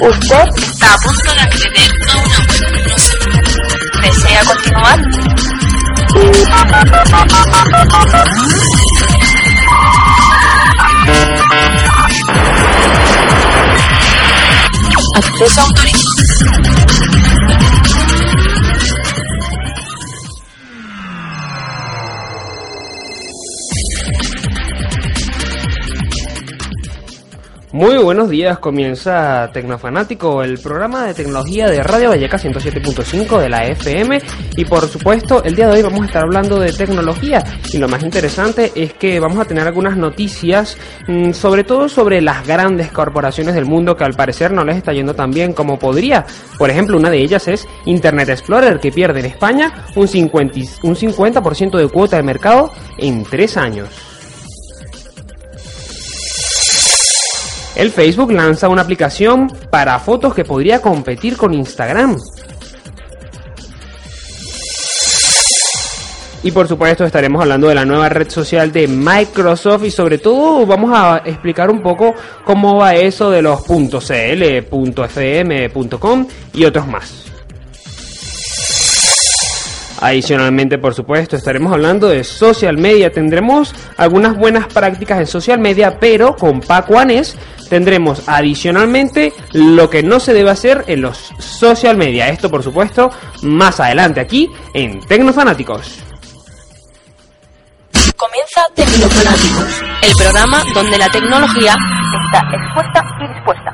Usted está a punto de acceder a una web no segura. ¿Desea continuar? Acceso autorizado. Muy buenos días, comienza Tecnofanático, el programa de tecnología de Radio Vallecas 107.5 de la FM, y por supuesto el día de hoy vamos a estar hablando de tecnología, y lo más interesante es que vamos a tener algunas noticias, sobre todo sobre las grandes corporaciones del mundo que al parecer no les está yendo tan bien como podría. Por ejemplo, una de ellas es Internet Explorer, que pierde en España un 50% de cuota de mercado en 3 años. El Facebook lanza una aplicación para fotos que podría competir con Instagram. Y por supuesto estaremos hablando de la nueva red social de Microsoft y sobre todo vamos a explicar un poco cómo va eso de los .cl, .fm, .com y otros más. Adicionalmente, por supuesto, estaremos hablando de social media. Tendremos algunas buenas prácticas en social media, pero con Paco Anés tendremos adicionalmente lo que no se debe hacer en los social media. Esto, por supuesto, más adelante aquí en Tecnofanáticos. Comienza Tecnofanáticos, el programa donde la tecnología está expuesta y dispuesta.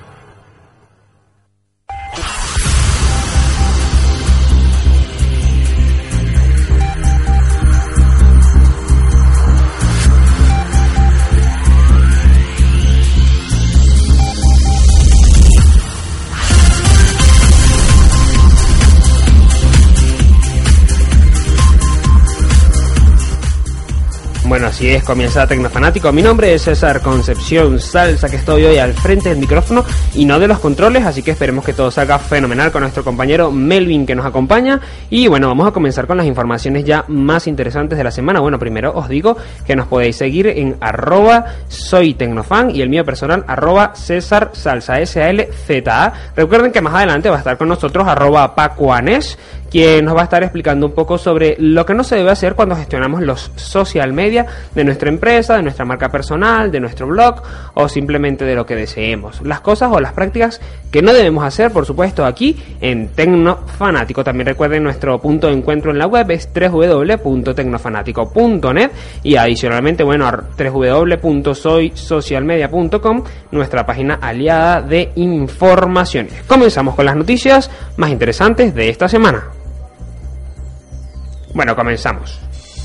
Bueno, así es, comienza Tecnofanático. Mi nombre es César Concepción Salsa, que estoy hoy al frente del micrófono y no de los controles, así que esperemos que todo salga fenomenal con nuestro compañero Melvin que nos acompaña. Y bueno, vamos a comenzar con las informaciones ya más interesantes de la semana. Bueno, primero os digo que nos podéis seguir en @soytecnofan y el mío personal @César Salsa, SALZA. Recuerden que más adelante va a estar con nosotros @PacoAnés, quien nos va a estar explicando un poco sobre lo que no se debe hacer cuando gestionamos los social media de nuestra empresa, de nuestra marca personal, de nuestro blog o simplemente de lo que deseemos. Las cosas o las prácticas que no debemos hacer, por supuesto, aquí en Tecnofanático. También recuerden nuestro punto de encuentro en la web es www.tecnofanático.net y adicionalmente, bueno, www.soysocialmedia.com, nuestra página aliada de informaciones. Comenzamos con las noticias más interesantes de esta semana. Bueno, comenzamos.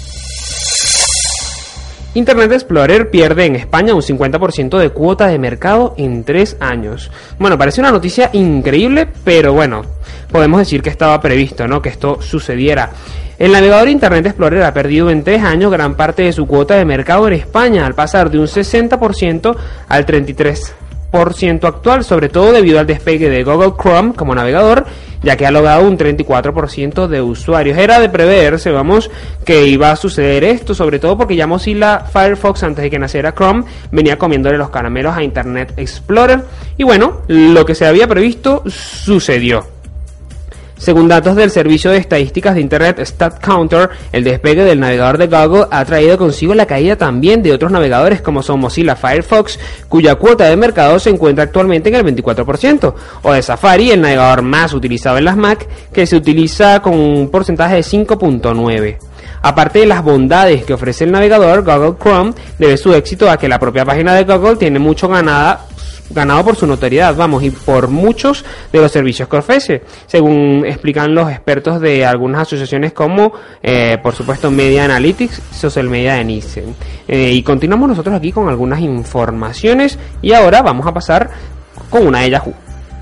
Internet Explorer pierde en España un 50% de cuota de mercado en 3 años. Bueno, parece una noticia increíble, pero bueno, podemos decir que estaba previsto, ¿no?, que esto sucediera. El navegador Internet Explorer ha perdido en 3 años gran parte de su cuota de mercado en España, al pasar de un 60% al 33% actual, sobre todo debido al despegue de Google Chrome como navegador, ya que ha logrado un 34% de usuarios. Era de preverse, vamos, que iba a suceder esto, sobre todo porque ya Mozilla Firefox, antes de que naciera Chrome, venía comiéndole los caramelos a Internet Explorer, y bueno, lo que se había previsto sucedió. Según datos del servicio de estadísticas de Internet StatCounter, el despegue del navegador de Google ha traído consigo la caída también de otros navegadores como son Mozilla Firefox, cuya cuota de mercado se encuentra actualmente en el 24%, o de Safari, el navegador más utilizado en las Mac, que se utiliza con un porcentaje de 5.9%. Aparte de las bondades que ofrece el navegador, Google Chrome debe su éxito a que la propia página de Google tiene mucho ganado por su notoriedad, vamos, y por muchos de los servicios que ofrece, según explican los expertos de algunas asociaciones como, por supuesto, Media Analytics, Social Media de Nielsen. Y continuamos nosotros aquí con algunas informaciones y ahora vamos a pasar con una de Yahoo.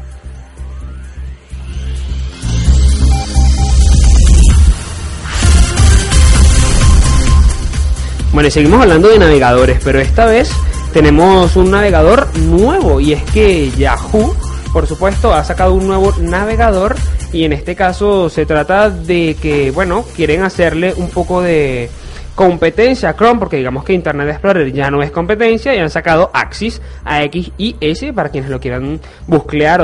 Bueno, y seguimos hablando de navegadores, pero esta vez tenemos un navegador nuevo, y es que Yahoo, por supuesto, ha sacado un nuevo navegador, y en este caso se trata de que, bueno, quieren hacerle un poco de competencia a Chrome, porque digamos que Internet Explorer ya no es competencia, y han sacado Axis, AXIS, para quienes lo quieran buscar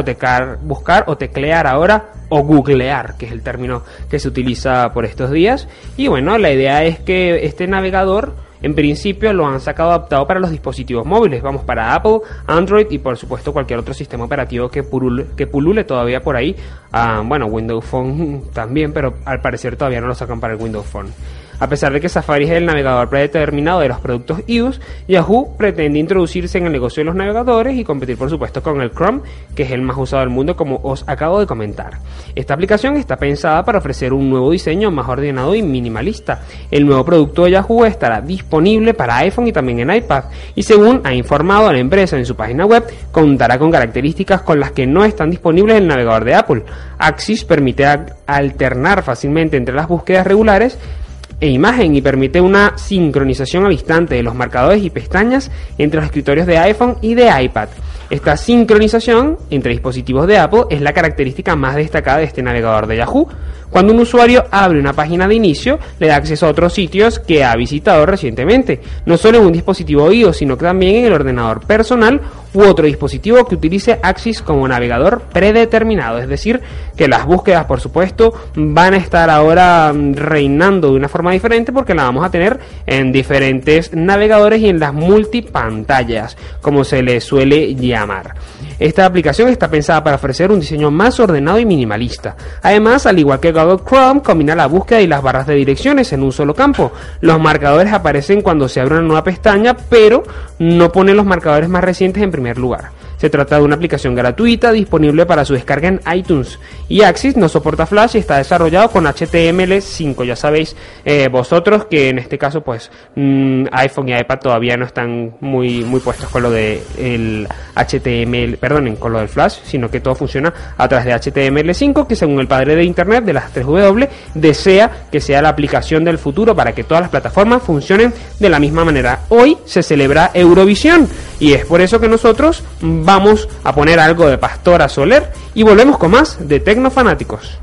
o teclear ahora, o googlear, que es el término que se utiliza por estos días. Y bueno, la idea es que este navegador, en principio, lo han sacado adaptado para los dispositivos móviles, vamos, para Apple, Android y por supuesto cualquier otro sistema operativo que pulule todavía por ahí. Bueno, Windows Phone también, pero al parecer todavía no lo sacan para el Windows Phone. A pesar de que Safari es el navegador predeterminado de los productos iOS, Yahoo pretende introducirse en el negocio de los navegadores y competir por supuesto con el Chrome, que es el más usado del mundo, como os acabo de comentar. Esta aplicación está pensada para ofrecer un nuevo diseño más ordenado y minimalista. El nuevo producto de Yahoo estará disponible para iPhone y también en iPad, y según ha informado la empresa en su página web, contará con características con las que no están disponibles en el navegador de Apple. Axis permite alternar fácilmente entre las búsquedas regulares e imagen y permite una sincronización al instante de los marcadores y pestañas entre los escritorios de iPhone y de iPad. Esta sincronización entre dispositivos de Apple es la característica más destacada de este navegador de Yahoo. Cuando un usuario abre una página de inicio, le da acceso a otros sitios que ha visitado recientemente, no solo en un dispositivo iOS, sino que también en el ordenador personal u otro dispositivo que utilice Axis como navegador predeterminado. Es decir, que las búsquedas, por supuesto, van a estar ahora reinando de una forma diferente, porque la vamos a tener en diferentes navegadores y en las multipantallas, como se le suele llamar. Esta aplicación está pensada para ofrecer un diseño más ordenado y minimalista. Además, al igual que Google Chrome, combina la búsqueda y las barras de direcciones en un solo campo. Los marcadores aparecen cuando se abre una nueva pestaña, pero no pone los marcadores más recientes en primer lugar. Se trata de una aplicación gratuita disponible para su descarga en iTunes, y Axis no soporta Flash y está desarrollado con HTML5. Ya sabéis vosotros que en este caso pues iPhone y iPad todavía no están muy puestos con lo de el HTML, con lo del Flash, sino que todo funciona a través de HTML5, que según el padre de Internet de las 3W desea que sea la aplicación del futuro para que todas las plataformas funcionen de la misma manera. Hoy se celebra Eurovisión y es por eso que nosotros vamos a poner algo de Pastora Soler y volvemos con más de Tecnofanáticos.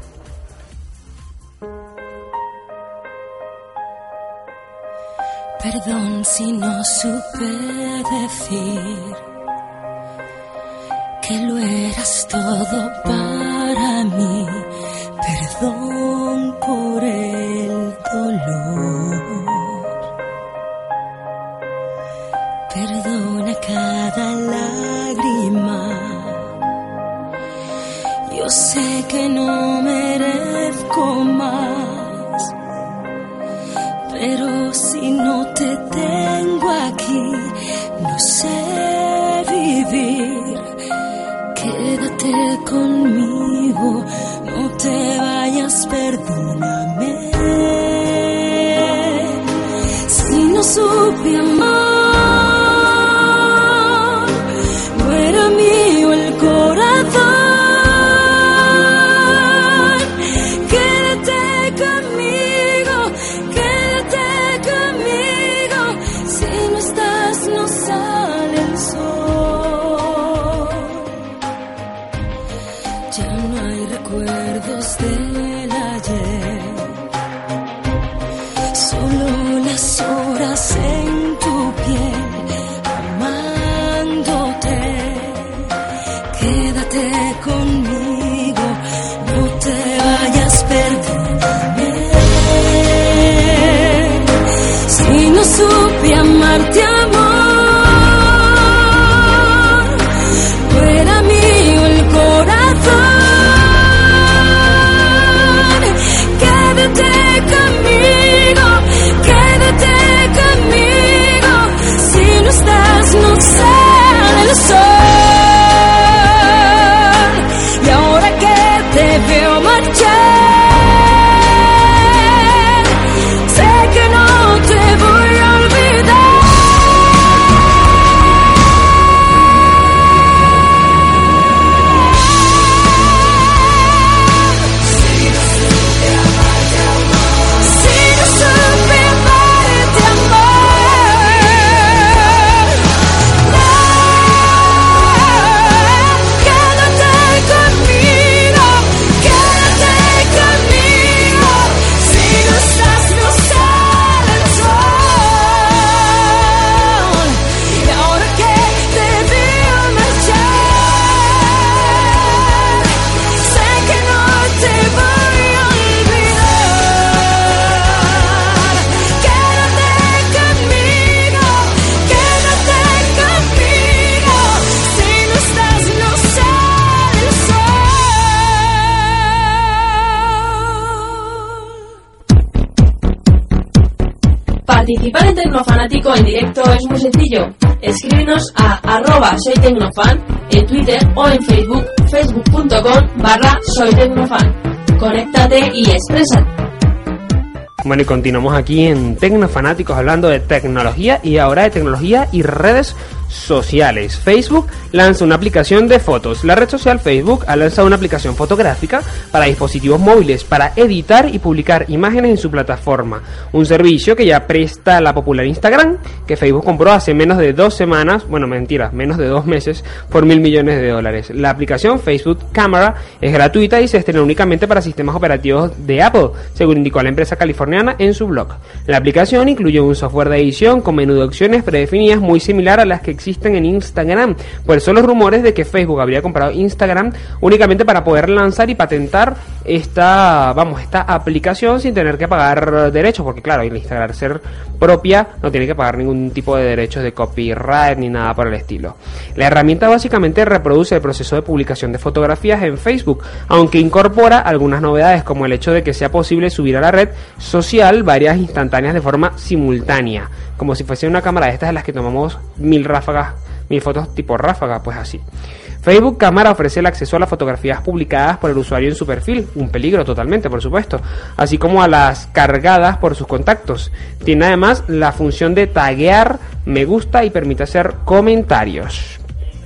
Perdón si no supe decir que lo eras todo para mí. Perdón por el dolor. Perdona cada lágrima. Yo sé que no merezco más, pero si no te tengo aquí, no sé vivir. Quédate conmigo, no te vayas, perdóname. Si no supe amar, no era mío el corazón. En tu piel, amándote, quédate conmigo, no te vayas, perdóname. Si no supe amarte, amor, no era mío el corazón. Quédate conmigo, quédate conmigo, si no estás no sale el sol. Y ahora que te veo marchar, sé que no te voy a olvidar. Participar en Tecnofanático en directo es muy sencillo. Escríbenos a @soytecnofan en Twitter o en Facebook, facebook.com/soytecnofan. Conéctate y exprésate. Bueno, y continuamos aquí en Tecnofanáticos hablando de tecnología y ahora de tecnología y redes sociales. Facebook lanza una aplicación de fotos. La red social Facebook ha lanzado una aplicación fotográfica para dispositivos móviles para editar y publicar imágenes en su plataforma. Un servicio que ya presta la popular Instagram, que Facebook compró hace menos de 2 semanas, bueno, mentira, menos de 2 meses, por $1.000 millones. La aplicación Facebook Camera es gratuita y se estrena únicamente para sistemas operativos de Apple, según indicó la empresa californiana en su blog. La aplicación incluye un software de edición con menú de opciones predefinidas muy similar a las que existen en Instagram. Pues son los rumores de que Facebook habría comprado Instagram únicamente para poder lanzar y patentar esta aplicación sin tener que pagar derechos, porque claro, el Instagram ser propia no tiene que pagar ningún tipo de derechos de copyright ni nada por el estilo. La herramienta básicamente reproduce el proceso de publicación de fotografías en Facebook, aunque incorpora algunas novedades como el hecho de que sea posible subir a la red social varias instantáneas de forma simultánea, como si fuese una cámara de estas de las que tomamos 1000 fotos tipo ráfaga, pues así. Facebook Cámara ofrece el acceso a las fotografías publicadas por el usuario en su perfil, un peligro totalmente, por supuesto, así como a las cargadas por sus contactos. Tiene además la función de taguear, me gusta y permite hacer comentarios.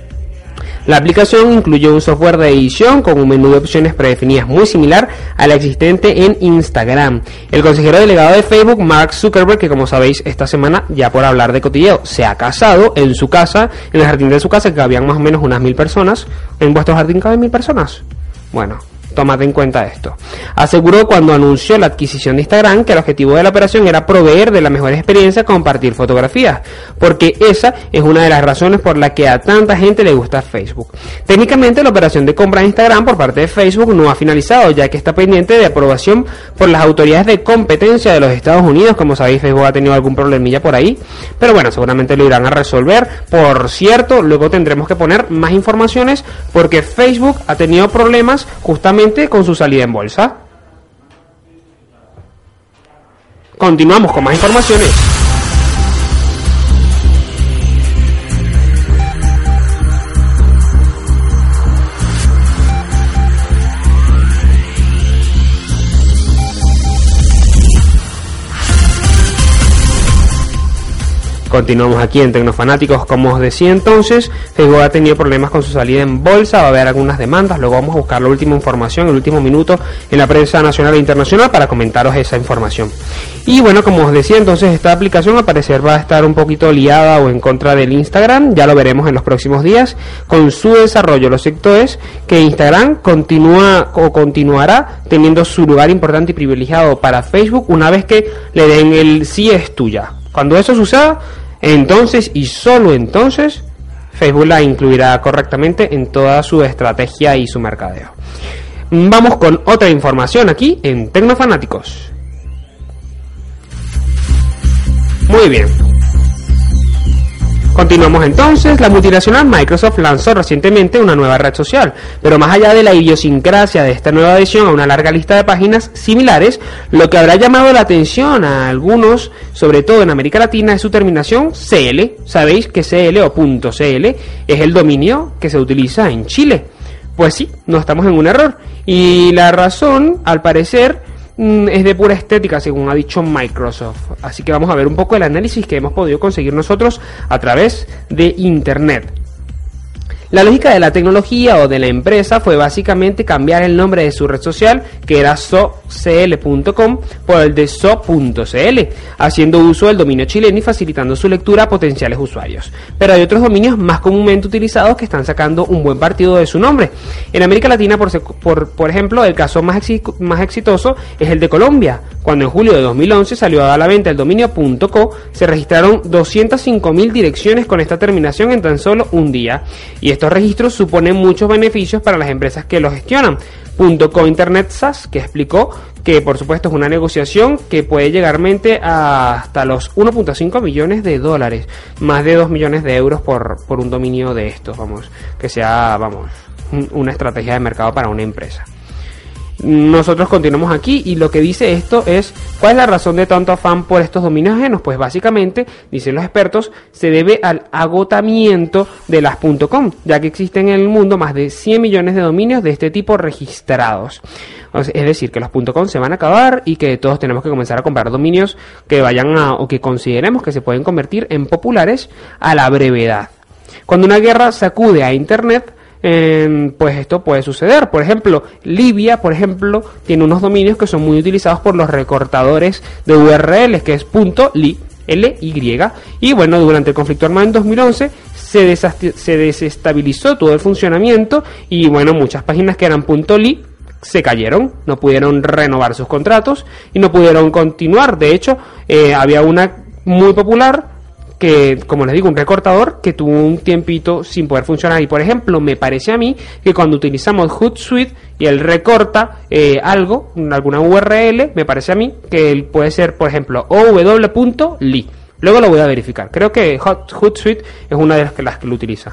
La aplicación incluye un software de edición con un menú de opciones predefinidas muy similar al existente en Instagram. El consejero delegado de Facebook, Mark Zuckerberg, que como sabéis esta semana, ya por hablar de cotilleo, se ha casado en su casa, en el jardín de su casa, que cabían más o menos unas 1000 personas. ¿En vuestro jardín caben 1000 personas? Bueno, tomad en cuenta esto. Aseguró cuando anunció la adquisición de Instagram que el objetivo de la operación era proveer de la mejor experiencia compartir fotografías, porque esa es una de las razones por la que a tanta gente le gusta Facebook. Técnicamente la operación de compra de Instagram por parte de Facebook no ha finalizado, ya que está pendiente de aprobación por las autoridades de competencia de los Estados Unidos. Como sabéis, Facebook ha tenido algún problemilla por ahí, pero bueno, seguramente lo irán a resolver. Por cierto, luego tendremos que poner más informaciones porque Facebook ha tenido problemas justamente con su salida en bolsa. Continuamos con más informaciones. Continuamos aquí en Tecnofanáticos. Como os decía entonces, Facebook ha tenido problemas con su salida en bolsa, va a haber algunas demandas, luego vamos a buscar la última información, el último minuto en la prensa nacional e internacional para comentaros esa información. Y bueno, como os decía entonces, esta aplicación al parecer va a estar un poquito liada o en contra del Instagram, ya lo veremos en los próximos días con su desarrollo. Lo cierto es que Instagram continuará teniendo su lugar importante y privilegiado para Facebook una vez que le den el sí es tuya. Cuando eso suceda, entonces y solo entonces Facebook la incluirá correctamente en toda su estrategia y su mercadeo. Vamos con otra información aquí en Tecnofanáticos. Muy bien. Continuamos entonces. La multinacional Microsoft lanzó recientemente una nueva red social, pero más allá de la idiosincrasia de esta nueva adición a una larga lista de páginas similares, lo que habrá llamado la atención a algunos, sobre todo en América Latina, es su terminación CL. Sabéis que CL o .cl es el dominio que se utiliza en Chile. Pues sí, no estamos en un error. Y la razón, al parecer, es de pura estética, según ha dicho Microsoft. Así que vamos a ver un poco el análisis que hemos podido conseguir nosotros a través de Internet. La lógica de la tecnología o de la empresa fue básicamente cambiar el nombre de su red social, que era socl.com, por el de so.cl, haciendo uso del dominio chileno y facilitando su lectura a potenciales usuarios. Pero hay otros dominios más comúnmente utilizados que están sacando un buen partido de su nombre. En América Latina, por ejemplo, el caso más exitoso es el de Colombia. Cuando en julio de 2011 salió a la venta el dominio .co, se registraron 205.000 direcciones con esta terminación en tan solo un día. Y estos registros suponen muchos beneficios para las empresas que los gestionan. .co Internet SAS, que explicó que por supuesto es una negociación que puede llegar hasta los 1.5 millones de dólares, más de 2 millones de euros por un dominio de estos, que sea una estrategia de mercado para una empresa. Nosotros continuamos aquí y lo que dice esto es, ¿cuál es la razón de tanto afán por estos dominios ajenos? Pues básicamente, dicen los expertos, se debe al agotamiento de las .com, ya que existen en el mundo más de 100 millones de dominios de este tipo registrados. Es decir, que los .com se van a acabar y que todos tenemos que comenzar a comprar dominios que vayan o que consideremos que se pueden convertir en populares a la brevedad. Cuando una guerra sacude a Internet, pues esto puede suceder. Por ejemplo, Libia, por ejemplo, tiene unos dominios que son muy utilizados por los recortadores de URLs, que es .li, L-Y, y bueno, durante el conflicto armado en 2011 se desestabilizó todo el funcionamiento y bueno, muchas páginas que eran .li se cayeron, no pudieron renovar sus contratos y no pudieron continuar. De hecho, había una muy popular que, como les digo, un recortador que tuvo un tiempito sin poder funcionar. Y por ejemplo, me parece a mí que cuando utilizamos Hootsuite y él recorta alguna URL, me parece a mí que él puede ser, por ejemplo, ow.li. Luego lo voy a verificar. Creo que Hootsuite es una de las que lo utiliza.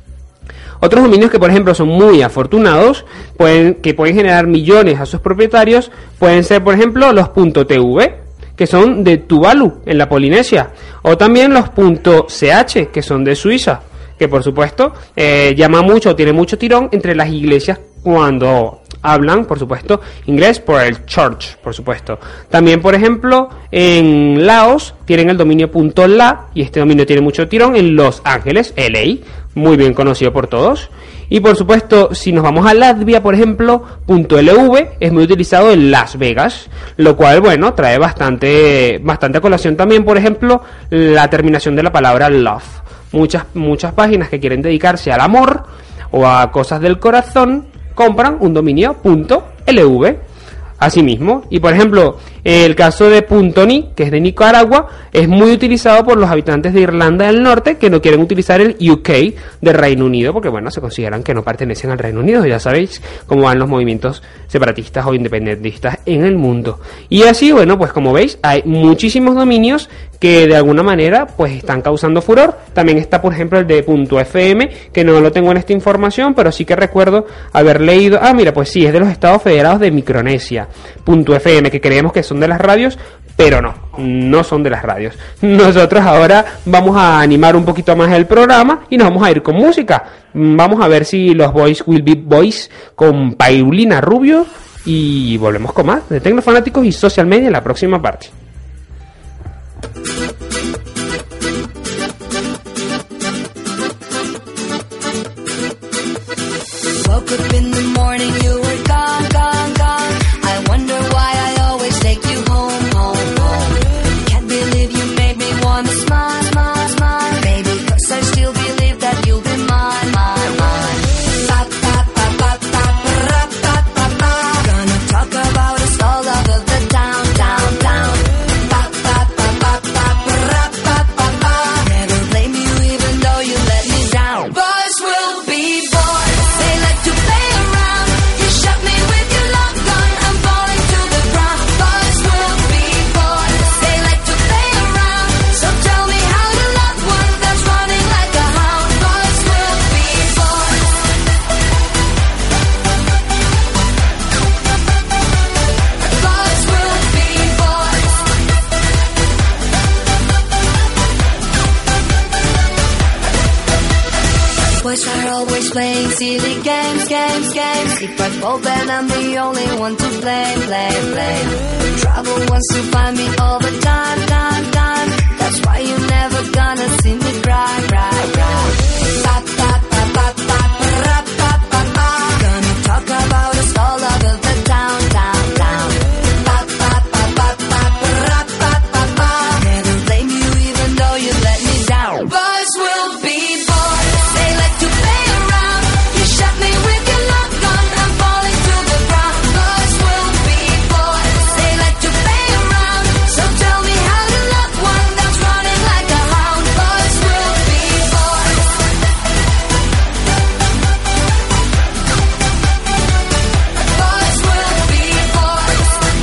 Otros dominios que, por ejemplo, son muy afortunados, que pueden generar millones a sus propietarios, pueden ser, por ejemplo, los .tv, que son de Tuvalu, en la Polinesia, o también los .ch, que son de Suiza, que por supuesto llama mucho, tiene mucho tirón entre las iglesias cuando hablan, por supuesto, inglés por el church, por supuesto. También, por ejemplo, en Laos tienen el dominio .la, y este dominio tiene mucho tirón en Los Ángeles, LA, muy bien conocido por todos. Y por supuesto, si nos vamos a Latvia, por ejemplo, .lv es muy utilizado en Las Vegas, lo cual, bueno, trae bastante a colación también, por ejemplo, la terminación de la palabra love. Muchas páginas que quieren dedicarse al amor o a cosas del corazón compran un dominio .lv. Asimismo, y por ejemplo, el caso de .ni, que es de Nicaragua, es muy utilizado por los habitantes de Irlanda del Norte que no quieren utilizar el UK de Reino Unido, porque bueno, se consideran que no pertenecen al Reino Unido. Ya sabéis cómo van los movimientos separatistas o independentistas en el mundo. Y así, bueno, pues como veis, hay muchísimos dominios que de alguna manera pues están causando furor. También está, por ejemplo, el de .fm, que no lo tengo en esta información, pero sí que recuerdo haber leído, mira, pues sí, es de los Estados Federados de Micronesia. .fm, que creemos que son de las radios, pero no son de las radios. Nosotros ahora vamos a animar un poquito más el programa y nos vamos a ir con música. Vamos a ver si los Boys Will Be Boys con Paulina Rubio, y volvemos con más de Tecnofanáticos y Social Media en la próxima parte. Woke up in the morning, you were gone, gone, gone. I wonder why I always take you home, home, home. Can't believe you made me wanna smile, smile, smile. Maybe 'cause I still believe that you'll be mine, mine, mine. Pa, pa, pa, pa, pa, ra, pa, pa, pa. Gonna talk about us all over the town, town, town. Pa, pa, pa, pa, pa, ra, pa, pa, pa. Never blame you even though you let me down. Boys will be boys. They like to play around. You shot me with your love gun. I'm falling to the ground. Boys will be boys. They like to play around. So tell me how to love one that's running like a hound. Boys will be boys. Boys will be boys. Boys are always playing silly games, games, games. If I fall, then I'm the only one to blame, blame, blame. Trouble wants to find me all the time, time, time. That's why you're never gonna see me cry, cry, cry. Pa, pa, pa, pa, pa, ra, pa, pa, pa. Gonna talk about us all over the town, town, town. Pa, pa, pa, pa, pa, ra, pa, pa, pa. Never blame you even though you let me down. Boys will be boys. They like to play around. You shot me with your love gun. I'm falling to the ground. Boys will be boys. They like to play around. So tell me how to love one that's running like a hound. Boys will be boys. Boys will be boys.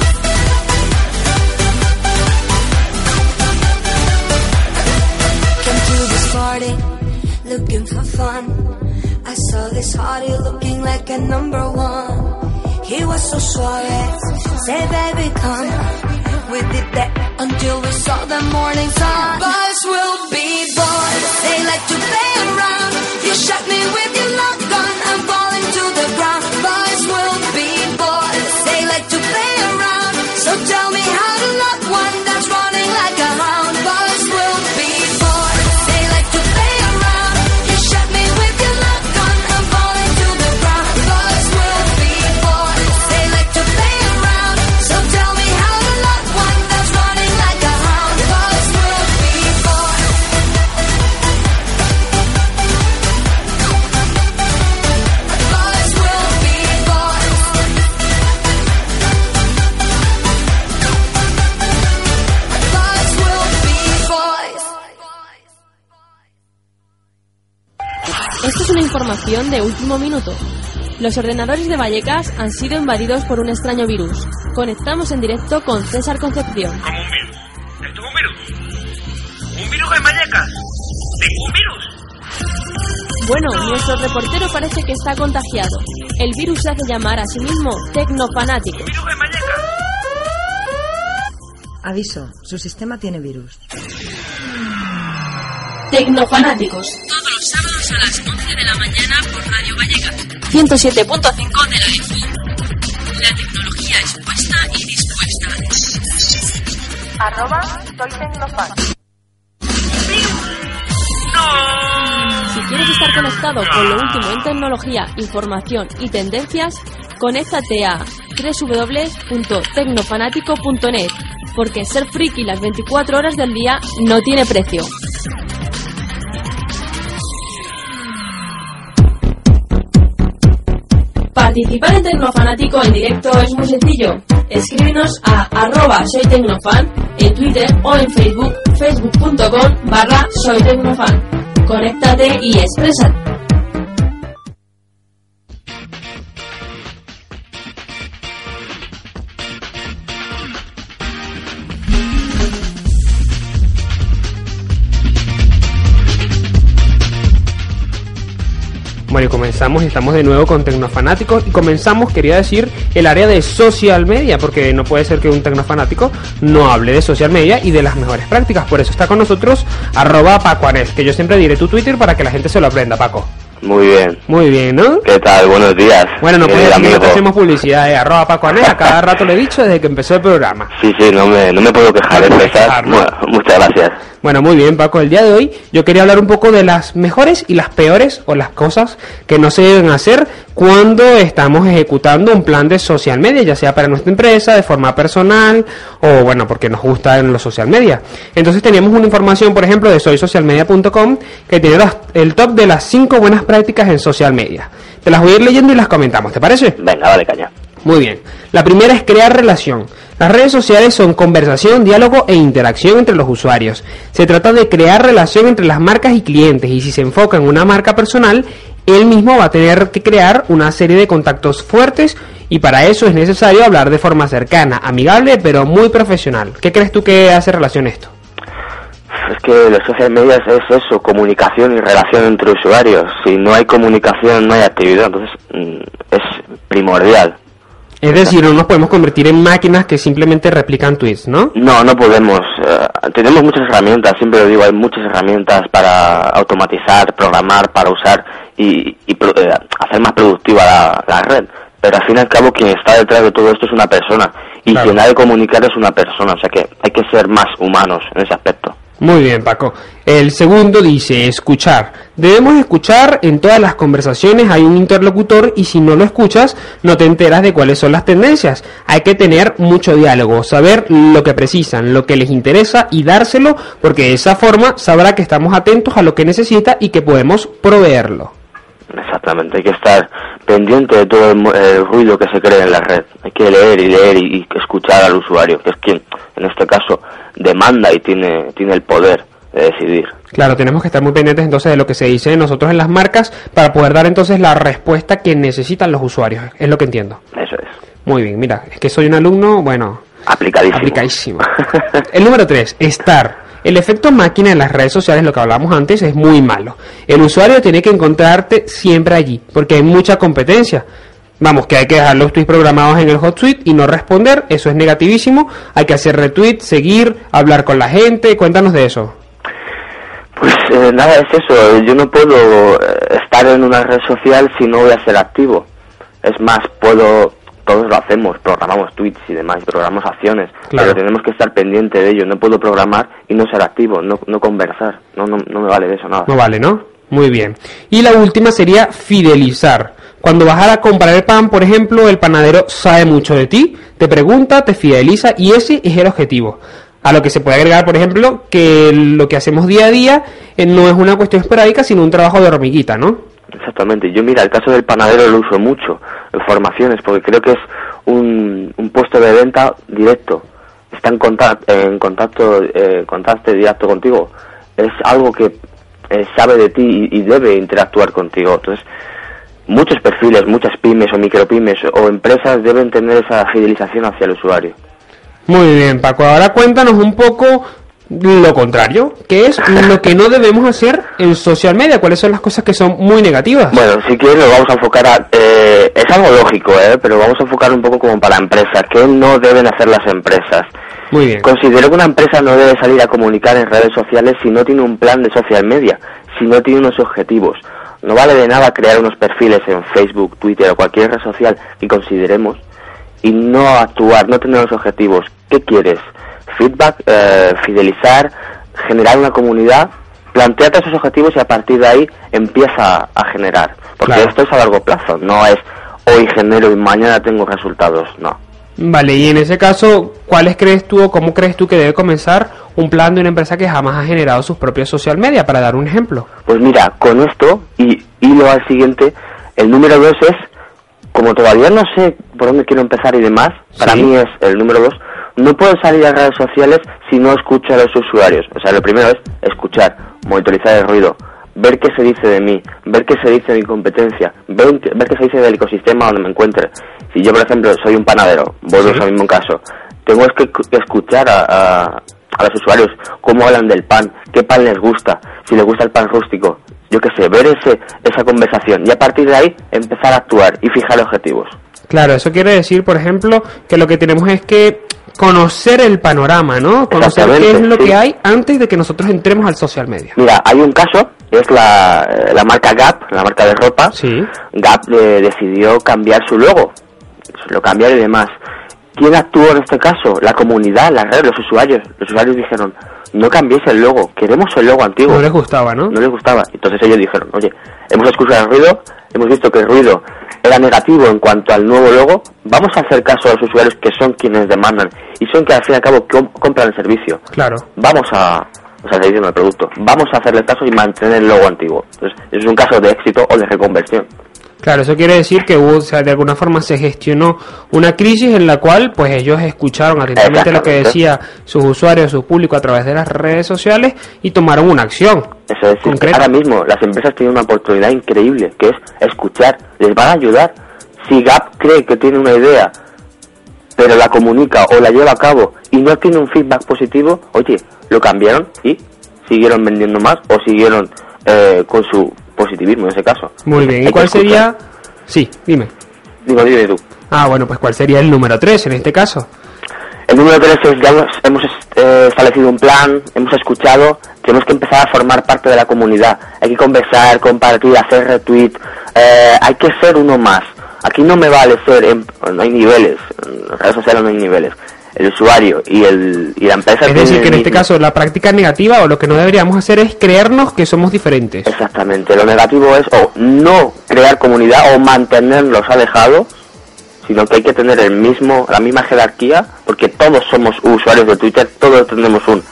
Came to this party looking for fun. I saw this hottie looking like a number one. He was so suave. Say, baby, come. We did that until we saw the morning sun. Boys will be boys. They like to play around. You shot me with your love gun. I'm falling to the ground. Boys will be boys. They like to play around. So tell me how to love one that's running like a hound. Boys will be boys. They like to play around. You shot me with your love gun. I'm falling to the ground. Boys will be boys. They like to play around. So tell me how to love one that's running like a hound. Boys will be boys. Boys will be boys. Boys will be boys. Esto es una información de último minuto. Los ordenadores de Vallecas han sido invadidos por un extraño virus. Conectamos en directo con César Concepción. ¿Cómo un virus? ¿Esto es un virus? ¿Un virus en Vallecas? ¿Tengo un virus? Bueno, nuestro reportero parece que está contagiado. El virus se hace llamar a sí mismo Tecnofanático. ¿Un virus en Vallecas? Aviso, su sistema tiene virus. Tecnofanáticos. Todos los sábados a las 11 de la mañana por Radio Vallecas. 107.5 De la FM. La tecnología expuesta y dispuesta. @soy Tecnofan. Si quieres estar conectado con lo último en tecnología, información y tendencias, conéctate a www.tecnofanático.net, porque ser friki las 24 horas del día no tiene precio. Participar en Tecnofanático en directo es muy sencillo. Escríbenos a @soytecnofan en Twitter o en Facebook, facebook.com/soytecnofan. Conéctate y exprésate. Bueno, y comenzamos, estamos de nuevo con Tecnofanáticos y comenzamos, quería decir, el área de social media, porque no puede ser que un tecnofanático no hable de social media y de las mejores prácticas. Por eso está con nosotros @Paco Ares, que yo siempre diré tu Twitter para que la gente se lo aprenda, Paco. Muy bien. Muy bien, ¿no? ¿Qué tal? Buenos días. Bueno, no puede decir que amigo. no te hacemos publicidad, @Paco Ares, a cada rato le he dicho desde que empezó el programa. Sí, no me puedo quejar, No te puedes César. quejar, ¿no? Bueno, muchas gracias. Bueno, muy bien, Paco. El día de hoy yo quería hablar un poco de las mejores y las peores, o las cosas que no se deben hacer cuando estamos ejecutando un plan de social media, ya sea para nuestra empresa, de forma personal, o bueno, porque nos gusta en los social media. Entonces teníamos una información, por ejemplo, de soysocialmedia.com, que tiene el top de las 5 buenas prácticas en social media. Te las voy a ir leyendo y las comentamos, ¿te parece? Venga, dale caña. Muy bien. La primera es crear relación. Las redes sociales son conversación, diálogo e interacción entre los usuarios. Se trata de crear relación entre las marcas y clientes, y si se enfoca en una marca personal, él mismo va a tener que crear una serie de contactos fuertes, y para eso es necesario hablar de forma cercana, amigable, pero muy profesional. ¿Qué crees tú que hace relación esto? Es que los social media es eso, comunicación y relación entre usuarios. Si no hay comunicación, no hay actividad, entonces es primordial. Es decir, no nos podemos convertir en máquinas que simplemente replican tweets, ¿no? No podemos. Tenemos muchas herramientas, siempre lo digo, hay muchas herramientas para automatizar, programar, para usar y hacer más productiva la red. Pero al fin y al cabo quien está detrás de todo esto es una persona. Y Claro. quien ha de comunicar es una persona, o sea que hay que ser más humanos en ese aspecto. Muy bien, Paco. El segundo dice escuchar. Debemos escuchar. En todas las conversaciones hay un interlocutor, y si no lo escuchas no te enteras de cuáles son las tendencias. Hay que tener mucho diálogo, saber lo que precisan, lo que les interesa y dárselo, porque de esa forma sabrá que estamos atentos a lo que necesita y que podemos proveerlo. Exactamente, hay que estar pendiente de todo el ruido que se crea en la red. Hay que leer y escuchar al usuario, que es quien, en este caso, demanda y tiene el poder de decidir. Claro, tenemos que estar muy pendientes entonces de lo que se dice de nosotros en las marcas para poder dar entonces la respuesta que necesitan los usuarios. Es lo que entiendo. Eso es. Muy bien, mira, es que soy un alumno, bueno, Aplicadísimo. El número 3, estar. El efecto máquina en las redes sociales, lo que hablamos antes, es muy malo. El usuario tiene que encontrarte siempre allí, porque hay mucha competencia. Vamos, que hay que dejar los tweets programados en el hot tweet y no responder, eso es negativísimo. Hay que hacer retweet, seguir, hablar con la gente. Cuéntanos de eso. Pues nada, es eso. Yo no puedo estar en una red social si no voy a ser activo. Es más, todos lo hacemos, programamos tweets y demás, programamos acciones, claro. Pero tenemos que estar pendiente de ello. No puedo programar y no ser activo, no conversar. No me vale de eso nada. No vale, ¿no? Muy bien. Y la última sería fidelizar. Cuando vas a comprar el pan, por ejemplo, el panadero sabe mucho de ti, te pregunta, te fideliza y ese es el objetivo. A lo que se puede agregar, por ejemplo, que lo que hacemos día a día no es una cuestión esporádica, sino un trabajo de hormiguita, ¿no? Exactamente. Yo, mira, el caso del panadero lo uso mucho en formaciones porque creo que es un puesto de venta directo. Está en contacto directo contigo. Es algo que sabe de ti y debe interactuar contigo. Entonces, muchos perfiles, muchas pymes o micropymes o empresas deben tener esa fidelización hacia el usuario. Muy bien, Paco. Ahora cuéntanos un poco lo contrario, que es lo que no debemos hacer en social media. ¿Cuáles son las cosas que son muy negativas? Bueno, si quieres lo vamos a enfocar es algo lógico, pero vamos a enfocar un poco como para empresas. ¿Qué no deben hacer las empresas? Muy bien. Considero que una empresa no debe salir a comunicar en redes sociales si no tiene un plan de social media, si no tiene unos objetivos. No vale de nada crear unos perfiles en Facebook, Twitter o cualquier red social que consideremos y no actuar, no tener los objetivos. ¿Qué quieres? Feedback, fidelizar, generar una comunidad. Plantéate esos objetivos y a partir de ahí empieza a generar. Porque claro. Esto es a largo plazo, no es hoy genero y mañana tengo resultados, no. Vale, y en ese caso, ¿cuáles crees tú o cómo crees tú que debe comenzar un plan de una empresa que jamás ha generado sus propios social media, para dar un ejemplo? Pues mira, con esto, y lo al siguiente, el número 2 es, como todavía no sé por dónde quiero empezar y demás, para Sí. mí es el número 2, no puedo salir a redes sociales si no escucho a los usuarios. O sea, lo primero es escuchar, monitorizar el ruido, ver qué se dice de mí, ver qué se dice de mi competencia, ver qué se dice del ecosistema donde me encuentre. Si yo, por ejemplo, soy un panadero, volvemos al mismo caso, tengo que escuchar a los usuarios cómo hablan del pan, qué pan les gusta, si les gusta el pan rústico, yo qué sé, ver esa conversación y a partir de ahí empezar a actuar y fijar objetivos. Claro, eso quiere decir, por ejemplo, que lo que tenemos es que conocer el panorama, ¿no? Conocer qué es lo que hay antes de que nosotros entremos al social media. Mira, hay un caso, es la marca Gap, la marca de ropa. Sí. Gap decidió cambiar su logo, lo cambiaron y demás. ¿Quién actuó en este caso? La comunidad, la red, los usuarios. Los usuarios dijeron, no cambiéis el logo, queremos el logo antiguo. No les gustaba, ¿no? No les gustaba. Entonces ellos dijeron, oye, hemos escuchado el ruido, hemos visto que el ruido era negativo en cuanto al nuevo logo, vamos a hacer caso a los usuarios que son quienes demandan y son que al fin y al cabo compran el servicio. Claro. Vamos a seguir diciendo el producto, vamos a hacerle caso y mantener el logo antiguo. Entonces, es un caso de éxito o de reconversión. Claro, eso quiere decir que hubo, o sea, de alguna forma se gestionó una crisis en la cual pues ellos escucharon atentamente lo que decía sus usuarios, su público a través de las redes sociales y tomaron una acción. Eso es, concreta. Ahora mismo las empresas tienen una oportunidad increíble, que es escuchar, les van a ayudar. Si Gap cree que tiene una idea, pero la comunica o la lleva a cabo y no tiene un feedback positivo, oye, lo cambiaron y siguieron vendiendo más o siguieron con su positivismo en ese caso. Muy bien, ¿y Hay cuál que escuchar. sería? Sí, dime. Dime tú. Ah, bueno, pues ¿cuál sería el número 3 en este caso? El número 3 es, ya hemos establecido un plan, hemos escuchado, tenemos que empezar a formar parte de la comunidad. Hay que conversar, compartir, hacer retweet, hay que ser uno más. Aquí no me vale ser, no hay niveles, en redes sociales no hay niveles. El usuario y la empresa... Es decir, que en este mismo. caso la práctica negativa o lo que no deberíamos hacer es creernos que somos diferentes. Exactamente, lo negativo es o no crear comunidad o mantenerlos alejados, sino que hay que tener la misma jerarquía, porque todos somos usuarios de Twitter, todos tenemos un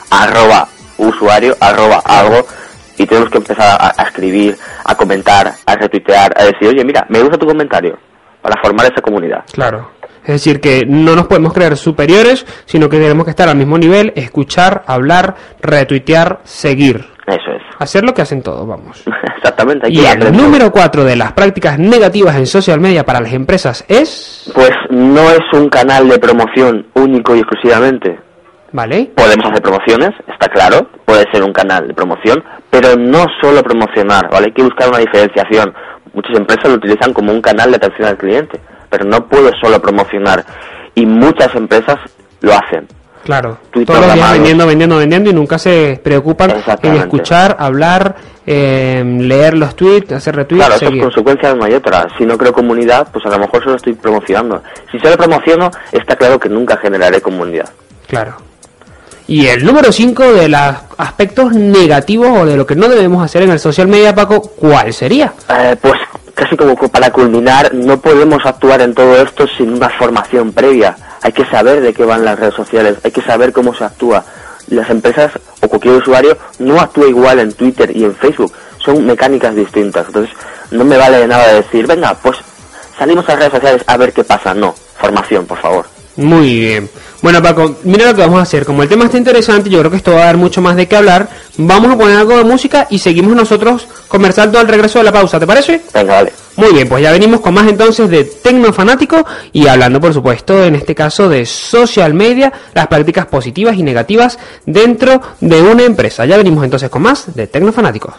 @usuario, @algo, y tenemos que empezar a escribir, a comentar, a retuitear, a decir, oye, mira, me gusta tu comentario, para formar esa comunidad. Claro. Es decir, que no nos podemos creer superiores, sino que tenemos que estar al mismo nivel, escuchar, hablar, retuitear, seguir. Eso es. Hacer lo que hacen todos, vamos. Exactamente. Hay Y que el aprender. número 4 de las prácticas negativas en social media para las empresas es... Pues no es un canal de promoción único y exclusivamente. ¿Vale? Podemos hacer promociones, está claro, puede ser un canal de promoción, pero no solo promocionar, ¿vale? Hay que buscar una diferenciación. Muchas empresas lo utilizan como un canal de atención al cliente. pero no puedo solo promocionar. Y muchas empresas lo hacen. Claro, Tweet todos los días programados. vendiendo y nunca se preocupan en Exactamente. escuchar, hablar, leer los tweets, hacer retweets, Claro, eso es seguir. consecuencia de una y otra. Si no creo comunidad, pues a lo mejor solo estoy promocionando. Si solo promociono, está claro que nunca generaré comunidad. Claro. Y el número 5 de los aspectos negativos o de lo que no debemos hacer en el social media, Paco, ¿cuál sería? Pues casi como para culminar, no podemos actuar en todo esto sin una formación previa. Hay que saber de qué van las redes sociales, hay que saber cómo se actúa. Las empresas o cualquier usuario no actúa igual en Twitter y en Facebook, son mecánicas distintas. Entonces no me vale de nada decir, venga, pues salimos a las redes sociales a ver qué pasa. No, formación, por favor. Muy bien. Bueno, Paco, mira lo que vamos a hacer. Como el tema está interesante, yo creo que esto va a dar mucho más de qué hablar. Vamos a poner algo de música y seguimos nosotros conversando al regreso de la pausa, ¿te parece? Venga, vale. Muy bien, pues ya venimos con más entonces de Tecnofanático y hablando, por supuesto, en este caso de social media, las prácticas positivas y negativas dentro de una empresa. Ya venimos entonces con más de Tecnofanáticos.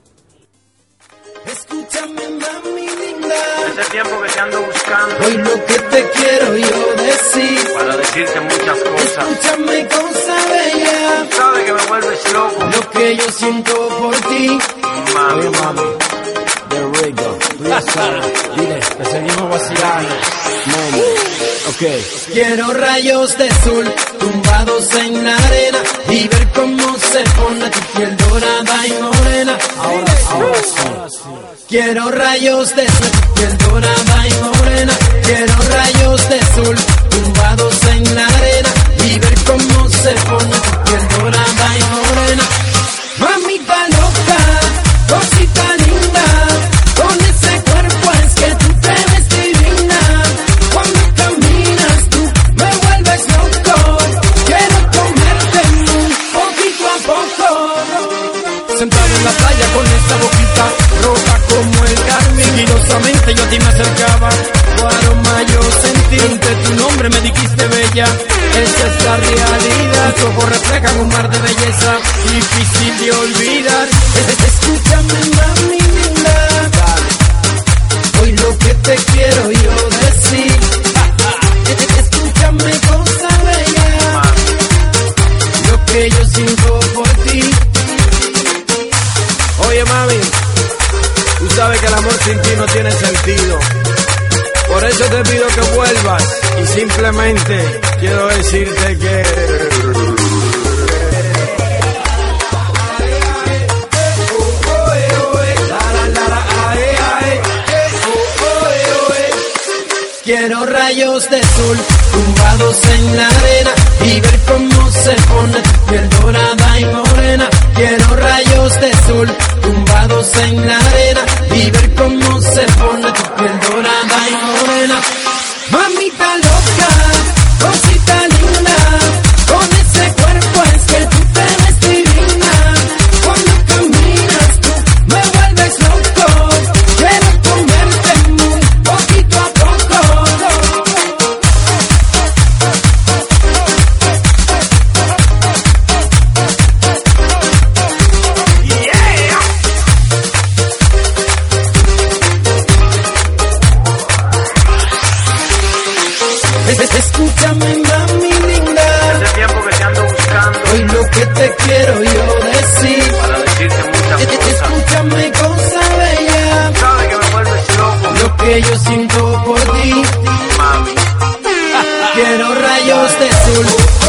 Escúchame, mami linda, Hace tiempo que te ando buscando hoy lo que te quiero yo decir. para decirte muchas cosas. Escúchame, cosa bella, Sabes que me vuelves loco, lo que yo siento por ti. mami. De Rigo, dile, que seguimos vacilando. Quiero rayos de sol tumbados en la arena y ver cómo se pone tu piel dorada y morena. Ahora sí. Quiero rayos de sol, tu piel dorada y morena. Quiero rayos de sol tumbados en la arena y ver cómo se pone tu piel dorada y morena. Mamita loca, cosita linda, con ese cuerpo es que tú te ves divina. Cuando caminas tú me vuelves loco, quiero comerte poquito a poco. Sentado en la playa con esta boquita roja como el carmen, sigilosamente yo a ti me acercaba, tu aroma yo sentí, entre tu nombre me dijiste bella, esa es la realidad, tus ojos reflejan un mar de belleza, difícil de olvidar. Escúchame, mami linda, hoy lo que te quiero yo decir. Escúchame, cosa bella, lo que yo siento por ti. Oye, mami, tú sabes que el amor sin ti no tiene sentido. Por eso te pido que vuelvas y simplemente quiero decirte que... Quiero rayos de sol tumbados en la arena y ver cómo se pone tu piel dorada y morena. Quiero rayos de sol tumbados en la arena y ver cómo se pone tu piel dorada y morena. Mamita loca, cosita linda, con ese cuerpo es que tú te ves divina. Cuando caminas tú me vuelves loco, quiero comerte muy poquito a poco. Escúchame, mami linda, Hace tiempo que te ando buscando hoy lo que te quiero yo decir. para decirte muchas cosas. Escúchame, cosa bella, Sabes que me vuelves loco, lo que yo siento por ti. mami. Quiero rayos de sol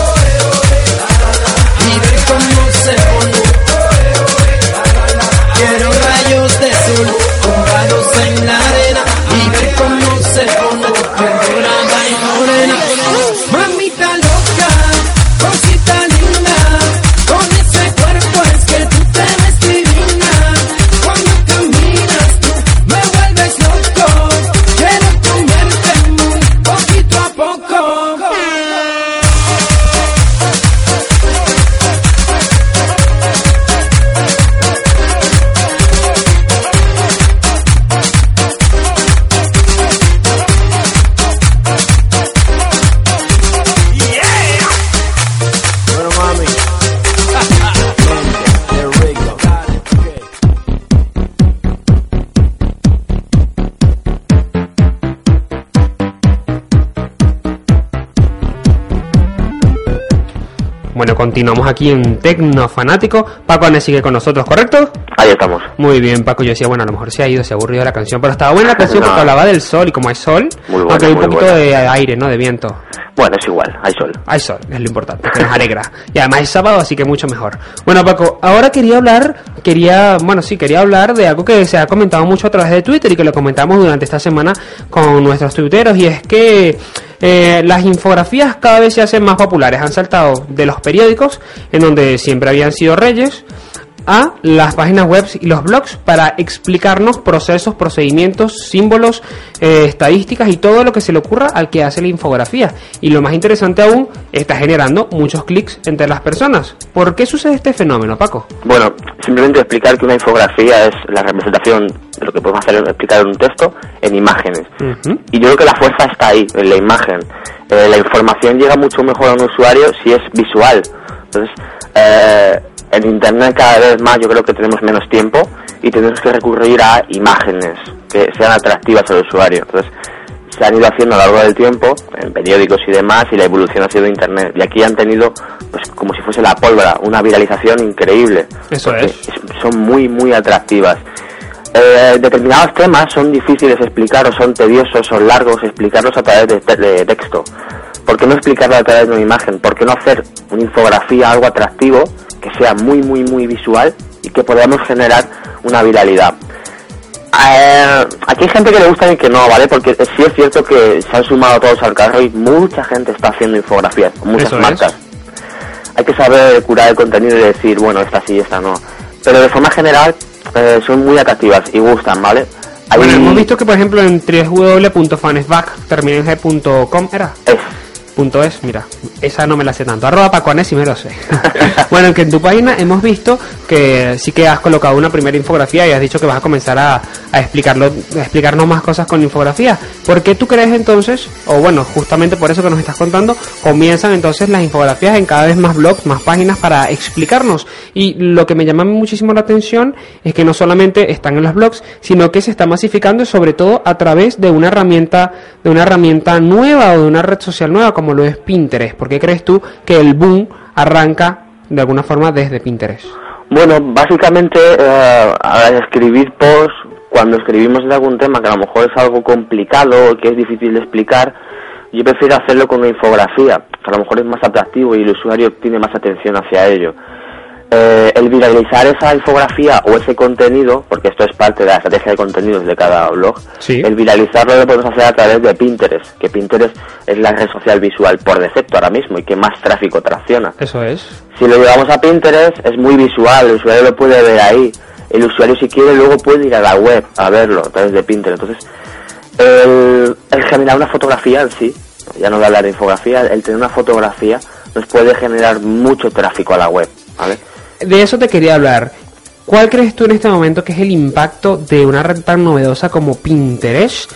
y ver cómo se pone. Quiero rayos de sol tumbados en la arena y ver cómo se pone tu piel dorada y morena. Mamita loca, cosita linda, con ese cuerpo es que tú te ves divina. Cuando caminas tú me vuelves loco, quiero continuamos aquí en Tecnofanático. Paco Ane sigue con nosotros, ¿correcto? Ahí estamos. Muy bien, Paco. Yo decía, bueno, a lo mejor se ha ido, se ha aburrido la canción, pero estaba buena la canción porque hablaba del sol y como hay sol, Muy buena, aunque hay un muy poquito buena. de aire, ¿no? De viento. Bueno, es igual, hay sol. Hay sol, es lo importante, que nos alegra. Y además es sábado, así que mucho mejor. Bueno, Paco, ahora quería hablar de algo que se ha comentado mucho a través de Twitter y que lo comentamos durante esta semana con nuestros tuiteros, y es que las infografías cada vez se hacen más populares. Han saltado de los periódicos, en donde siempre habían sido reyes, a las páginas web y los blogs para explicarnos procesos, procedimientos, símbolos, estadísticas y todo lo que se le ocurra al que hace la infografía. Y lo más interesante aún, está generando muchos clics entre las personas. ¿Por qué sucede este fenómeno, Paco? Bueno, simplemente explicar que una infografía es la representación de lo que podemos hacer, explicar en un texto, en imágenes. Uh-huh. Y yo creo que la fuerza está ahí, en la imagen. La información llega mucho mejor a un usuario si es visual. Entonces, en Internet cada vez más yo creo que tenemos menos tiempo y tenemos que recurrir a imágenes que sean atractivas al usuario. Entonces, se han ido haciendo a lo largo del tiempo, en periódicos y demás, y la evolución ha sido de Internet. Y aquí han tenido, pues como si fuese la pólvora, una viralización increíble. Eso es. Son muy, muy atractivas. Determinados temas son difíciles de explicar, o son tediosos, son largos, explicarlos a través de texto. ¿Por qué no explicarlo a través de una imagen? ¿Por qué no hacer una infografía, algo atractivo, que sea muy, muy, muy visual y que podamos generar una viralidad? Aquí hay gente que le gusta y que no, ¿vale? Porque sí es cierto que se han sumado todos al carro y mucha gente está haciendo infografías, muchas Eso marcas. Hay que saber curar el contenido y decir, bueno, esta sí, esta no. Pero de forma general son muy atractivas y gustan, ¿vale? Bueno, hemos visto que, por ejemplo, en www.fanesback termina en g.com, ¿era? .es, mira, esa no me la sé tanto. @pacoane sí me lo sé. Bueno, que en tu página hemos visto que sí que has colocado una primera infografía y has dicho que vas a comenzar a explicarnos más cosas con infografía. ¿Por qué tú crees entonces, o bueno, justamente por eso que nos estás contando, comienzan entonces las infografías en cada vez más blogs, más páginas para explicarnos? Y lo que me llama muchísimo la atención es que no solamente están en los blogs, sino que se está masificando sobre todo a través de una herramienta nueva o de una red social nueva como lo es Pinterest. ¿Por qué crees tú que el boom arranca de alguna forma desde Pinterest? Bueno, básicamente al escribir posts, cuando escribimos de algún tema que a lo mejor es algo complicado o que es difícil de explicar, yo prefiero hacerlo con una infografía, que a lo mejor es más atractivo y el usuario tiene más atención hacia ello. El viralizar esa infografía o ese contenido, porque esto es parte de la estrategia de contenidos de cada blog, sí. El viralizarlo lo podemos hacer a través de Pinterest, que Pinterest es la red social visual por defecto ahora mismo y que más tráfico tracciona. Eso es. Si lo llevamos a Pinterest es muy visual, el usuario lo puede ver ahí, el usuario si quiere luego puede ir a la web a verlo a través de Pinterest. Entonces, el generar una fotografía en sí, ya no voy a hablar de infografía, el tener una fotografía nos puede generar mucho tráfico a la web, ¿vale? De eso te quería hablar. ¿Cuál crees tú en este momento que es el impacto de una red tan novedosa como Pinterest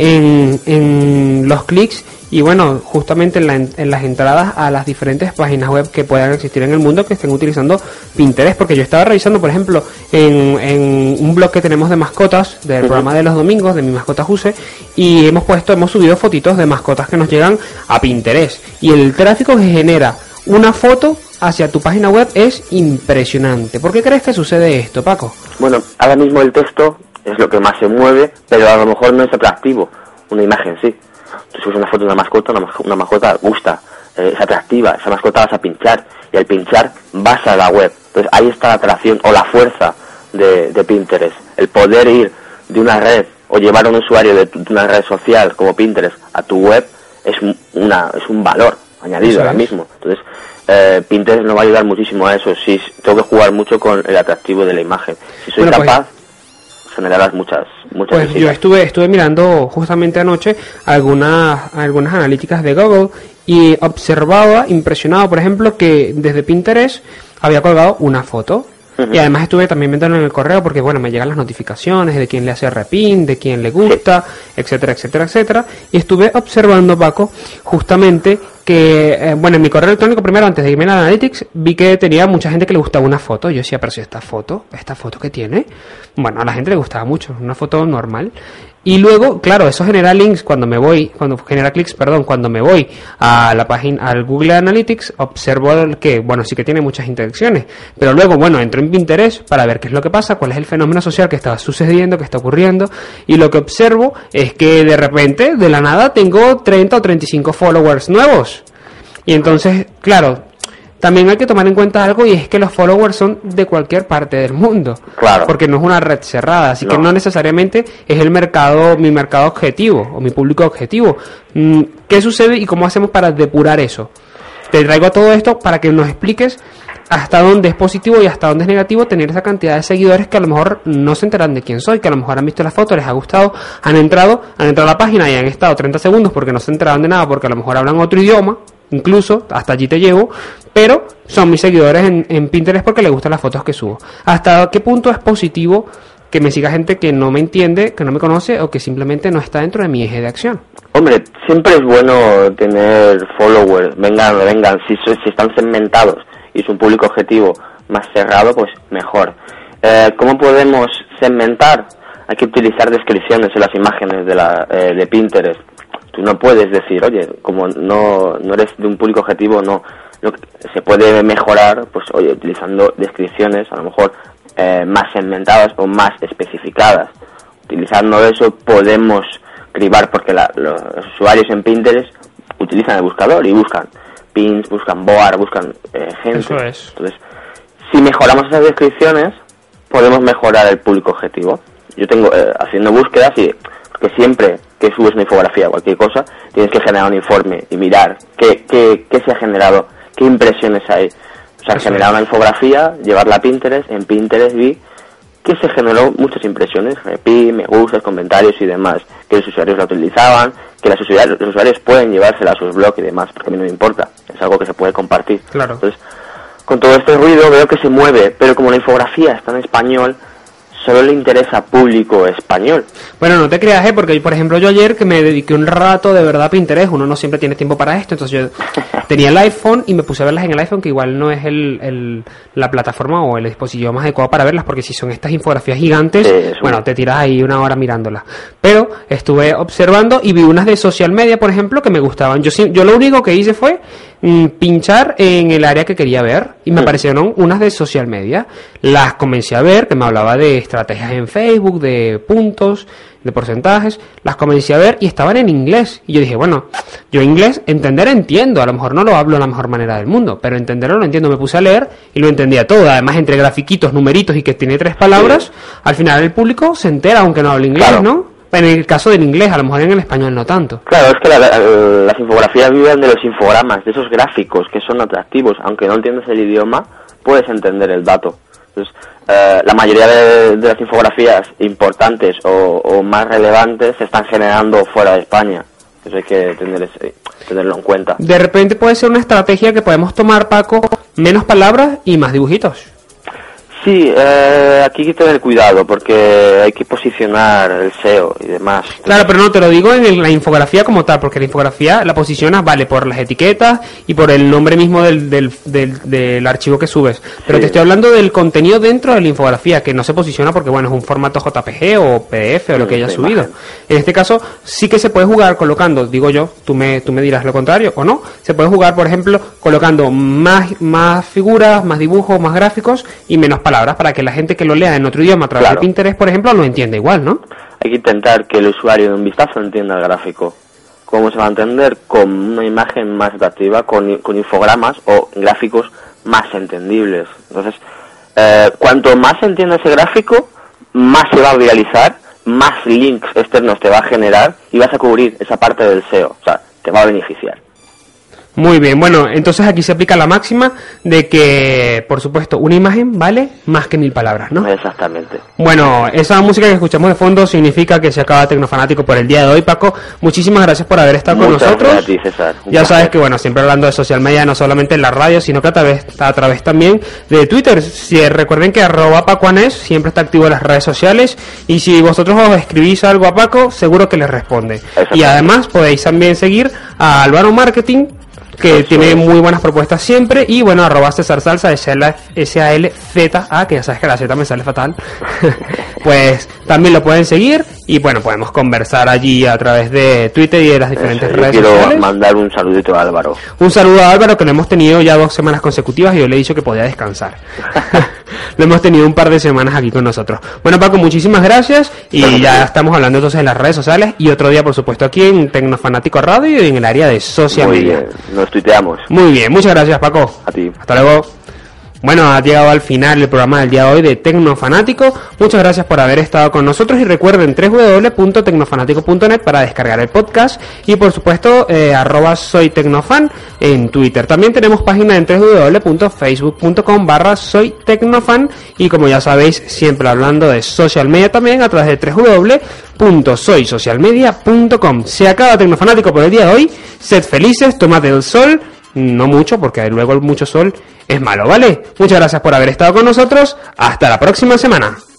en los clics y bueno, justamente en las entradas a las diferentes páginas web que puedan existir en el mundo que estén utilizando Pinterest? Porque yo estaba revisando, por ejemplo, en un blog que tenemos de mascotas, del programa de los domingos, de Mi Mascota Juse, y hemos subido fotitos de mascotas que nos llegan a Pinterest, y el tráfico que genera una foto hacia tu página web es impresionante. ¿Por qué crees que sucede esto, Paco? Bueno, ahora mismo el texto es lo que más se mueve, pero a lo mejor no es atractivo. Una imagen sí. Tú subes una foto de una mascota gusta, es atractiva, esa mascota vas a pinchar, y al pinchar vas a la web. Entonces ahí está la atracción o la fuerza de Pinterest. El poder ir de una red o llevar a un usuario de una red social como Pinterest a tu web es un valor añadido ahora mismo. Entonces Pinterest nos va a ayudar muchísimo a eso. Sí, tengo que jugar mucho con el atractivo de la imagen. Si soy capaz, generarás muchas pues visitas. Yo estuve mirando justamente anoche algunas analíticas de Google y observaba, impresionado, por ejemplo, que desde Pinterest había colgado una foto. Y además estuve también viéndolo en el correo porque, bueno, me llegan las notificaciones de quién le hace repin, de quién le gusta, etcétera, etcétera, etcétera. Y estuve observando, Paco, justamente que, bueno, en mi correo electrónico primero, antes de irme a Analytics, vi que tenía mucha gente que le gustaba una foto. Yo decía, pero si esta foto que tiene, bueno, a la gente le gustaba mucho, una foto normal. Y luego, claro, eso genera links cuando me voy a la página, al Google Analytics, observo que, bueno, sí que tiene muchas interacciones, pero luego, bueno, entro en Pinterest para ver qué es lo que pasa, cuál es el fenómeno social que está sucediendo, que está ocurriendo, y lo que observo es que de repente, de la nada, tengo 30 o 35 followers nuevos. Y entonces, claro, también hay que tomar en cuenta algo, y es que los followers son de cualquier parte del mundo. Claro. Porque no es una red cerrada, así que no necesariamente es mi mercado objetivo o mi público objetivo. ¿Qué sucede y cómo hacemos para depurar eso? Te traigo a todo esto para que nos expliques hasta dónde es positivo y hasta dónde es negativo tener esa cantidad de seguidores que a lo mejor no se enteran de quién soy, que a lo mejor han visto la foto, les ha gustado, han entrado a la página y han estado 30 segundos porque no se enteraron de nada, porque a lo mejor hablan otro idioma, incluso, hasta allí te llevo, pero son mis seguidores en Pinterest porque les gustan las fotos que subo. ¿Hasta qué punto es positivo que me siga gente que no me entiende, que no me conoce o que simplemente no está dentro de mi eje de acción? Hombre, siempre es bueno tener followers, vengan, si están segmentados y es un público objetivo más cerrado, pues mejor. ¿Cómo podemos segmentar? Hay que utilizar descripciones en las imágenes de Pinterest. Tú no puedes decir, oye, como no eres de un público objetivo, no. Se puede mejorar, pues oye, utilizando descripciones a lo mejor más segmentadas o más especificadas. Utilizando eso podemos cribar, porque los usuarios en Pinterest utilizan el buscador y buscan pins, buscan board, buscan gente. Eso es. Entonces, si mejoramos esas descripciones, podemos mejorar el público objetivo. Yo tengo, haciendo búsquedas, porque siempre que subes una infografía o cualquier cosa, tienes que generar un informe y mirar qué se ha generado, qué impresiones hay. O sea, generar una infografía, llevarla a Pinterest, en Pinterest vi que se generó muchas impresiones, me gustas, comentarios y demás, que los usuarios la utilizaban, que los usuarios pueden llevársela a sus blogs y demás, porque a mí no me importa, es algo que se puede compartir. Claro. Entonces, con todo este ruido veo que se mueve, pero como la infografía está en español, solo le interesa público español. Bueno, no te creas, porque por ejemplo yo ayer que me dediqué un rato de verdad a Pinterest, uno no siempre tiene tiempo para esto, entonces yo tenía el iPhone y me puse a verlas en el iPhone, que igual no es la plataforma o el dispositivo más adecuado para verlas, porque si son estas infografías gigantes, bueno, te tiras ahí una hora mirándolas. Pero estuve observando y vi unas de social media, por ejemplo, que me gustaban. Yo lo único que hice fue pinchar en el área que quería ver y me aparecieron unas de social media. Las comencé a ver, que me hablaba de estrategias en Facebook, de puntos, de porcentajes. Las comencé a ver y estaban en inglés. Y yo dije, bueno, yo inglés entiendo. A lo mejor no lo hablo de la mejor manera del mundo, pero entenderlo lo entiendo. Me puse a leer y lo entendía todo. Además, entre grafiquitos, numeritos y que tiene 3 palabras, al final el público se entera aunque no hable inglés, claro. ¿No? En el caso del inglés, a lo mejor en el español no tanto. Claro, es que las infografías viven de los infogramas, de esos gráficos que son atractivos. Aunque no entiendas el idioma, puedes entender el dato. Entonces, la mayoría de las infografías importantes o más relevantes se están generando fuera de España. Eso hay que tenerlo en cuenta. De repente puede ser una estrategia que podemos tomar, Paco, menos palabras y más dibujitos. Sí, aquí hay que tener cuidado porque hay que posicionar el SEO y demás. Claro, pero no, te lo digo en la infografía como tal, porque la infografía la posicionas, vale, por las etiquetas y por el nombre mismo del archivo que subes. Pero te estoy hablando del contenido dentro de la infografía, que no se posiciona porque, bueno, es un formato JPG o PDF o lo que hayas subido. En este caso, sí que se puede jugar colocando, digo yo, tú me dirás lo contrario o no, se puede jugar, por ejemplo, colocando más figuras, más dibujos, más gráficos y menos palabras, para que la gente que lo lea en otro idioma a través de Pinterest, por ejemplo, lo entienda igual, ¿no? Hay que intentar que el usuario de un vistazo entienda el gráfico. ¿Cómo se va a entender? Con una imagen más atractiva, con infogramas o gráficos más entendibles. Entonces, cuanto más se entienda ese gráfico, más se va a viralizar, más links externos te va a generar y vas a cubrir esa parte del SEO. O sea, te va a beneficiar. Muy bien, bueno, entonces aquí se aplica la máxima de que, por supuesto, una imagen vale más que 1000 palabras, ¿no? Exactamente. Bueno, esa música que escuchamos de fondo significa que se acaba Tecnofanático por el día de hoy, Paco. Muchísimas gracias por haber estado con nosotros. Gracias a ti, César. Ya sabes que, bueno, siempre hablando de social media, no solamente en la radio, sino que a través también de Twitter. Recuerden que @PacoAnés siempre está activo en las redes sociales y si vosotros os escribís algo a Paco, seguro que les responde. Y además podéis también seguir a Albano Marketing, que tiene muy buenas propuestas siempre. Y bueno, @César Salsa, SALZA, que ya sabes que la Z me sale fatal. Pues también lo pueden seguir. Y bueno, podemos conversar allí a través de Twitter y de las diferentes redes sociales. Quiero mandar un saludito a Álvaro. Un saludo a Álvaro, que lo hemos tenido ya 2 semanas consecutivas y yo le he dicho que podía descansar. Lo hemos tenido un par de semanas aquí con nosotros. Bueno, Paco, muchísimas gracias. Y ya estamos hablando entonces en las redes sociales. Y otro día, por supuesto, aquí en Tecnofanático Radio y en el área de social media. Muy bien, nos tuiteamos. Muy bien, muchas gracias, Paco. A ti. Hasta luego. Bueno, ha llegado al final el programa del día de hoy de Tecnofanático. Muchas gracias por haber estado con nosotros y recuerden www.tecnofanático.net para descargar el podcast y por supuesto @soytecnofan en Twitter. También tenemos página en www.facebook.com/soytecnofan y como ya sabéis, siempre hablando de social media también a través de www.soysocialmedia.com. Se acaba Tecnofanático por el día de hoy. Sed felices, tomad el sol. No mucho, porque luego el mucho sol es malo, ¿vale? Muchas gracias por haber estado con nosotros. Hasta la próxima semana.